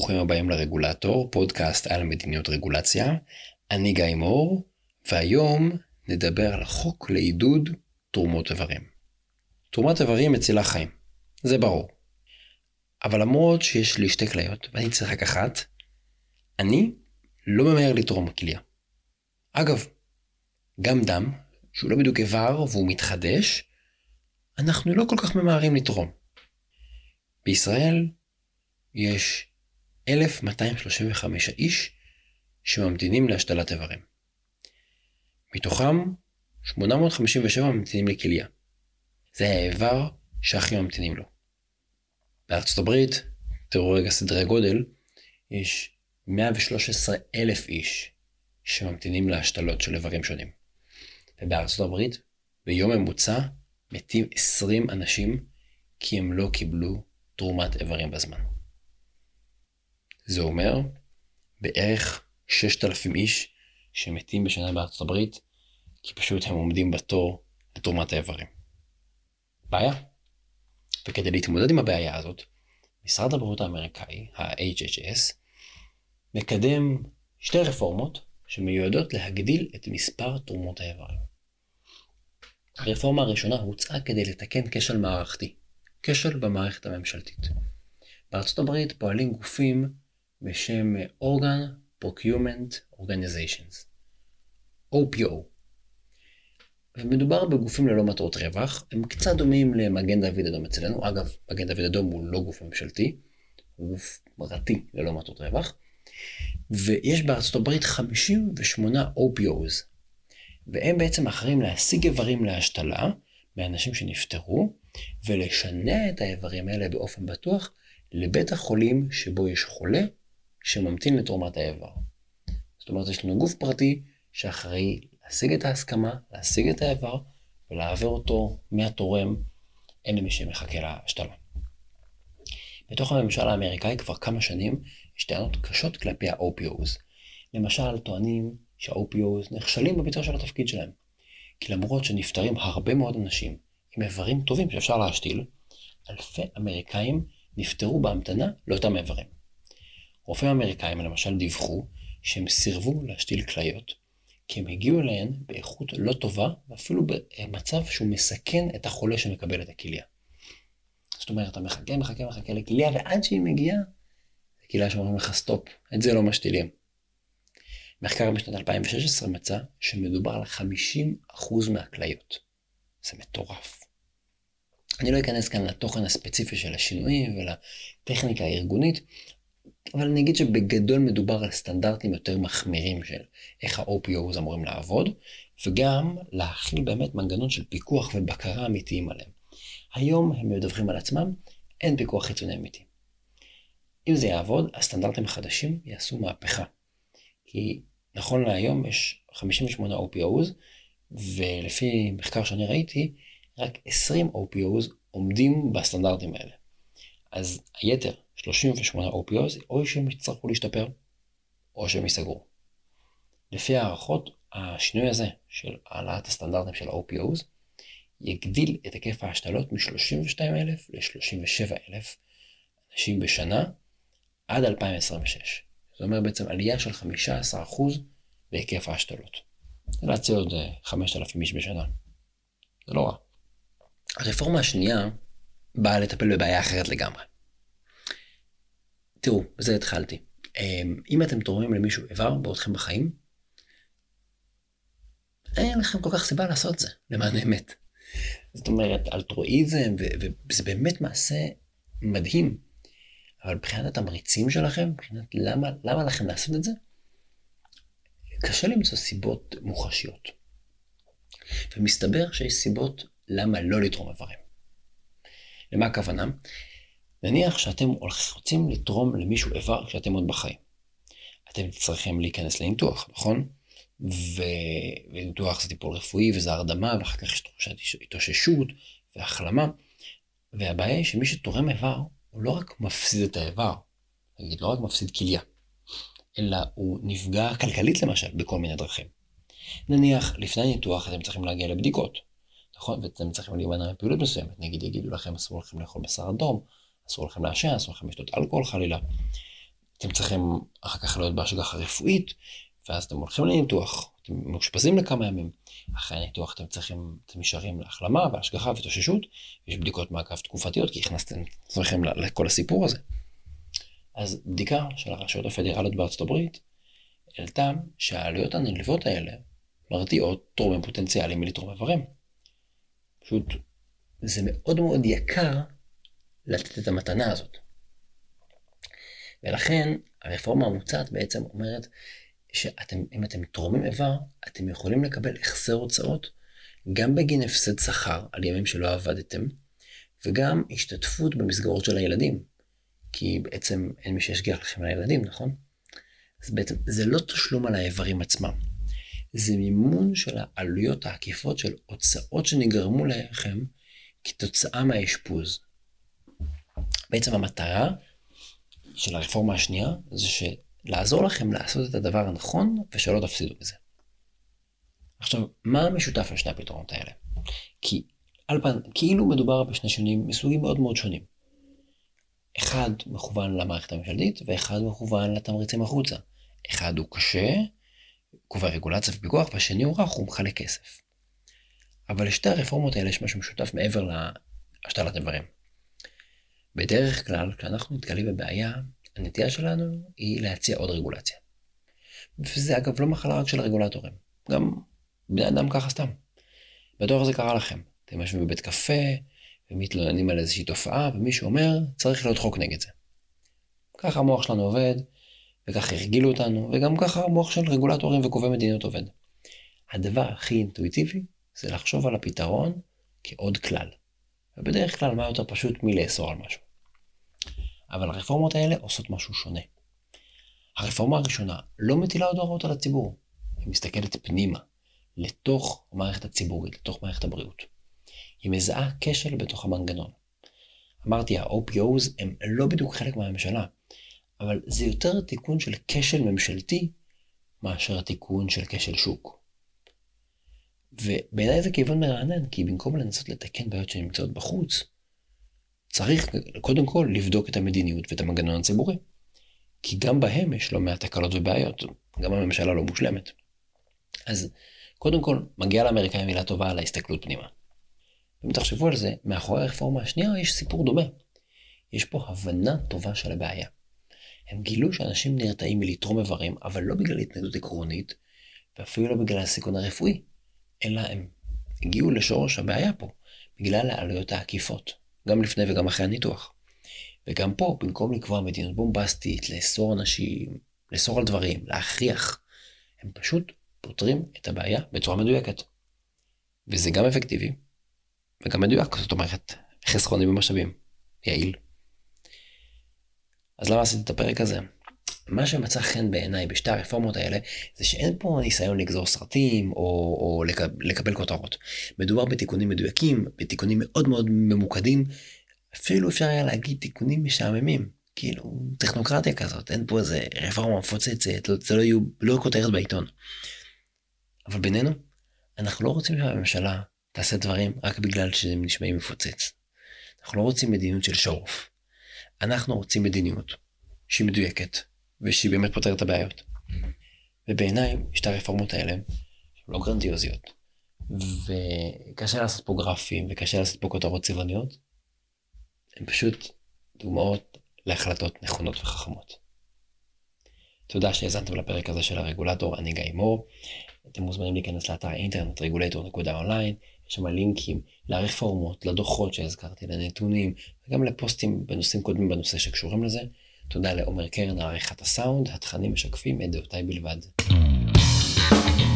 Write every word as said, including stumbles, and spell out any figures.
ברוכים הבאים לרגולטור, פודקאסט על מדיניות רגולציה. אני גיא מור, והיום נדבר על החוק לעידוד תרומות איברים. תרומת איברים מצילה חיים, זה ברור. אבל למרות שיש לי שתי כליות ואני צריך רק אחת, אני לא ממהר לתרום כליה. אגב, גם דם, שהוא לא בדיוק איבר והוא מתחדש, אנחנו לא כל כך ממהרים לתרום. בישראל יש אלף מאתיים שלושים וחמישה איש שממתינים להשתלת איברים. מתוכם שמונה מאות חמישים ושבע ממתינים לכליה. זה האיבר שהכי ממתינים לו. בארצות הברית, תראו רגע סדרי גודל, יש מאה ושלושה עשר אלף איש שממתינים להשתלות של איברים שונים. ובארצות הברית, ביום ממוצע, מתים עשרים אנשים כי הם לא קיבלו תרומת איברים בזמן. זה אומר בערך שישת אלפים איש שמתים בשנה בארצות הברית, כי פשוט הם עומדים בתור לתרומת האיברים. בעיה. וכדי להתמודד עם הבעיה הזאת, משרד הבריאות האמריקאי, ה-אייץ' אייץ' אס, מקדם שתי רפורמות שמיועדות להגדיל את מספר תרומות האיברים. הרפורמה הראשונה הוצאה כדי לתקן כשל מערכתי, כשל במערכת הממשלתית. בארצות הברית פועלים גופים בשם Organ Procurement Organizations, או פי או. ומדובר בגופים ללא מטרות רווח, הם קצת דומים למגן דוד אדום אצלנו. אגב, מגן דוד אדום הוא לא גוף ממשלתי, הוא גוף פרטי ללא מטרות רווח. ויש בארצות הברית חמישים ושמונה או פי או'ס, והם בעצם אחראים להשיג איברים להשתלה מאנשים שנפטרו, ולשנע את האיברים האלה באופן בטוח לבית החולים שבו יש חולה שממתין לתרומת האיבר. זאת אומרת, יש לנו גוף פרטי שאחראי להשיג את ההסכמה, להשיג את האיבר ולהעביר אותו מהתורם אין למי שמחכה להשתלה. בתוך הממשל האמריקאי כבר כמה שנים יש טענות קשות כלפי ה-או פי או'ס. למשל, טוענים שה-או פי או'ס נכשלים בביצוע של התפקיד שלהם. כי למרות שנפטרים הרבה מאוד אנשים עם איברים טובים שאפשר להשתיל, אלפי אמריקאים נפטרו בהמתנה לאותם איברים. רופאים אמריקאים למשל דיווחו שהם סירבו להשתיל כליות, כי הם הגיעו אליהן באיכות לא טובה, ואפילו במצב שהוא מסכן את החולה שמקבל את הכליה. זאת אומרת, אתה מחכה, מחכה, מחכה לכליה, ועד שהיא מגיעה, זה כליה שאומרים לך סטופ, את זה לא משתילים. מחקר בשנת אלפיים ושש עשרה מצא שמדובר על חמישים אחוז מהכליות. זה מטורף. אני לא אכנס כאן לתוכן הספציפי של השינויים ולטכניקה הארגונית, אבל אני אגיד שבגדול מדובר על סטנדרטים יותר מחמירים של איך ה-או פי או'ס אמורים לעבוד, וגם להכיל באמת מנגנון של פיקוח ובקרה אמיתיים עליהם. היום הם מדווחים על עצמם, אין פיקוח חיצוני אמיתי. אם זה יעבוד, הסטנדרטים החדשים יעשו מהפכה. כי נכון להיום יש חמישים ושמונה או פי או'ס, ולפי מחקר שאני ראיתי, רק עשרים או פי או'ס עומדים בסטנדרטים האלה. אז היתר, שלושים ושמונה או פי או'ס, או שהם יצטרכו להשתפר, או שהם ייסגרו. לפי הערכות, השינוי הזה של העלאת הסטנדרטים של ה-או פי או'ס, יגדיל את היקף ההשתלות מ-שלושים ושניים אלף ל-שלושים ושבעה אלף אנשים בשנה עד אלפיים עשרים ושש. זאת אומרת בעצם עלייה של חמישה עשר אחוז בהיקף ההשתלות. זה להציע עוד חמשת אלפים איש בשנה. זה לא רע. הרפורמה השנייה באה לטפל בבעיה אחרת לגמרי. תראו, בזה התחלתי. אם אתם תורמים למישהו איבר בעודכם בחיים, אין לכם כל כך סיבה לעשות זה, למען האמת. זאת אומרת, אלטרואיזם, וזה באמת מעשה מדהים. אבל מבחינת התמריצים שלכם, מבחינת למה, למה לכם לעשות את זה, קשה למצוא סיבות מוחשיות. ומסתבר שיש סיבות למה לא לתרום איברים. למה הכוונה? נניח שאתם רוצים לתרום למישהו איבר כשאתם עוד בחיים. אתם צריכים להיכנס לניתוח, נכון? וניתוח זה טיפול רפואי וזה הרדמה, ואחר כך יש תחושת התאוששות והחלמה. והבעיה היא שמי שתורם איבר, הוא לא רק מפסיד את האיבר, נגיד לא רק מפסיד כליה, אלא הוא נפגע כלכלית למשל בכל מיני דרכים. נניח לפני ניתוח אתם צריכים להגיע לבדיקות, נכון? ואתם צריכים להימנע מפעילות מסוימת, נגיד יגידו לכם אסור לכם לאכול בשר אדום, אסור לכם לעשן, אסור לכם לשתות אלכוהול חלילה. אתם צריכים אחר כך להיות בהשגחה רפואית, ואז אתם הולכים לניתוח, אתם מאושפזים לכמה ימים. אחרי הניתוח אתם צריכים, אתם נשארים להחלמה והשגחה ותוששות, יש בדיקות מעקב תקופתיות, כי הכנסתם צריכים לכל הסיפור הזה. אז בדיקה של הרשויות הפדרליות בארצות הברית, העלתה שהעלויות הנלוות האלה מרתיעות תורמים פוטנציאליים מלתרום איברים. פשוט זה מאוד מאוד יקר לתת את המתנה הזאת. ולכן הרפורמה המוצעת בעצם אומרת שאם אתם תורמים איבר, אתם יכולים לקבל החזר הוצאות גם בגין הפסד שכר על ימים שלא עבדתם, וגם השתתפות במסגרות של הילדים, כי בעצם אין מי שישגיח לכם על הילדים, נכון? אז בעצם זה לא תשלום על האיברים עצמם, זה מימון של העלויות העקיפות של הוצאות שנגרמו לכם כתוצאה מהאשפוז. בעצם המטרה של הרפורמה השנייה זה שלעזור לכם לעשות את הדבר הנכון ושלא תפסידו בזה. עכשיו, מה משותף לשני הפתרונות האלה? כי על פן, כאילו מדובר בשני שונים מסוגים מאוד מאוד שונים. אחד מכוון למערכת הממשלתית ואחד מכוון לתמריצים החוצה. אחד הוא קשה, קובע רגולציה ופיקוח, והשני הוא רך, הוא מחלק כסף. אבל לשתי הרפורמות האלה יש משהו משותף מעבר להשתלת איברים. בדרך כלל, כשאנחנו נתקלים בבעיה, הנטייה שלנו היא להציע עוד רגולציה. וזה אגב לא מחלה רק של הרגולטורים, גם בני אדם ככה סתם. בטוח זה קרה לכם. אתם יושבים בבית קפה, ומתלוננים על איזושהי תופעה, ומישהו אומר, צריך להיות חוק נגד זה. ככה המוח שלנו עובד, וככה הרגילו אותנו, וגם ככה המוח של רגולטורים וקובעי מדיניות עובד. הדבר הכי אינטואיטיבי, זה לחשוב על הפתרון כעוד כלל. ובדרך כלל מה יותר פשוט מלאסור על משהו. אבל הרפורמות האלה עושות משהו שונה. הרפורמה הראשונה לא מטילה עוד הוראות על הציבור. היא מסתכלת פנימה, לתוך המערכת הציבורית, לתוך מערכת הבריאות. היא מזהה כשל בתוך המנגנון. אמרתי, ה-או פי או'ס הם לא בדיוק חלק מהממשלה, אבל זה יותר תיקון של כשל ממשלתי, מאשר התיקון של כשל שוק. ובעיניי זה כיוון מרענן, כי במקום לנסות לתקן בעיות שנמצאות בחוץ, צריך קודם כל לבדוק את המדיניות ואת המנגנון הציבורי. כי גם בהם יש לא מעט תקלות ובעיות, גם הממשלה לא מושלמת. אז קודם כל, מגיעה לאמריקאים מילה טובה על ההסתכלות פנימה. אם תחשבו על זה, מאחורי הרפורמה השנייה יש סיפור דומה. יש פה הבנה טובה של הבעיה. הם גילו שאנשים נרתעים מלתרום איברים, אבל לא בגלל התנגדות עקרונית, ואפילו לא בגלל הסיכון הרפואי, אלא הם הגיעו לשורש הבעיה פה, בגלל העלויות העקיפות, גם לפני וגם אחרי הניתוח. וגם פה, במקום לקבוע מדיניות בומבסטית, לאסור אנשים, לאסור על דברים, להכריח, הם פשוט פותרים את הבעיה בצורה מדויקת. וזה גם אפקטיבי, וגם מדויק, זאת אומרת, חסכוני במשאבים, יעיל. אז למה עשיתי את הפרק הזה? מה שמצא חן בעיניי בשתי הרפורמות האלה, זה שאין פה ניסיון לגזור סרטים, או, או לקבל, לקבל כותרות. מדובר בתיקונים מדויקים, בתיקונים מאוד מאוד ממוקדים, אפילו אפשר היה להגיד תיקונים משעממים, כאילו טכנוקרטיה כזאת, אין פה איזה רפורמה מפוצצת, לא, זה לא יהיו, לא כותרת בעיתון. אבל בינינו, אנחנו לא רוצים שהממשלה תעשה דברים רק בגלל שהם נשמעים מפוצץ. אנחנו לא רוצים מדיניות של שורף. אנחנו רוצים מדיניות שהיא מדויקת, ושהיא באמת פותרת את הבעיות. ובעיניי, שתי הרפורמות האלה, לא גרנדיוזיות, וקשה לעשות פה גרפים, וקשה לעשות פה כותרות צבעוניות, הן פשוט דוגמאות להחלטות נכונות וחכמות. תודה שהאזנתם לפרק הזה של הרגולטור, אני גיא מור. אתם מוזמנים להיכנס לאתר האינטרנט רגולטור נקודה אונליין, יש שם לינקים לרפורמות, לדוחות שהזכרתי, לנתונים, וגם לפוסטים בנושאים קודמים בנושא שקשורים לזה. תודה לעומר קרן על עריכת הסאונד, התכנים משקפים את דעותיי בלבד.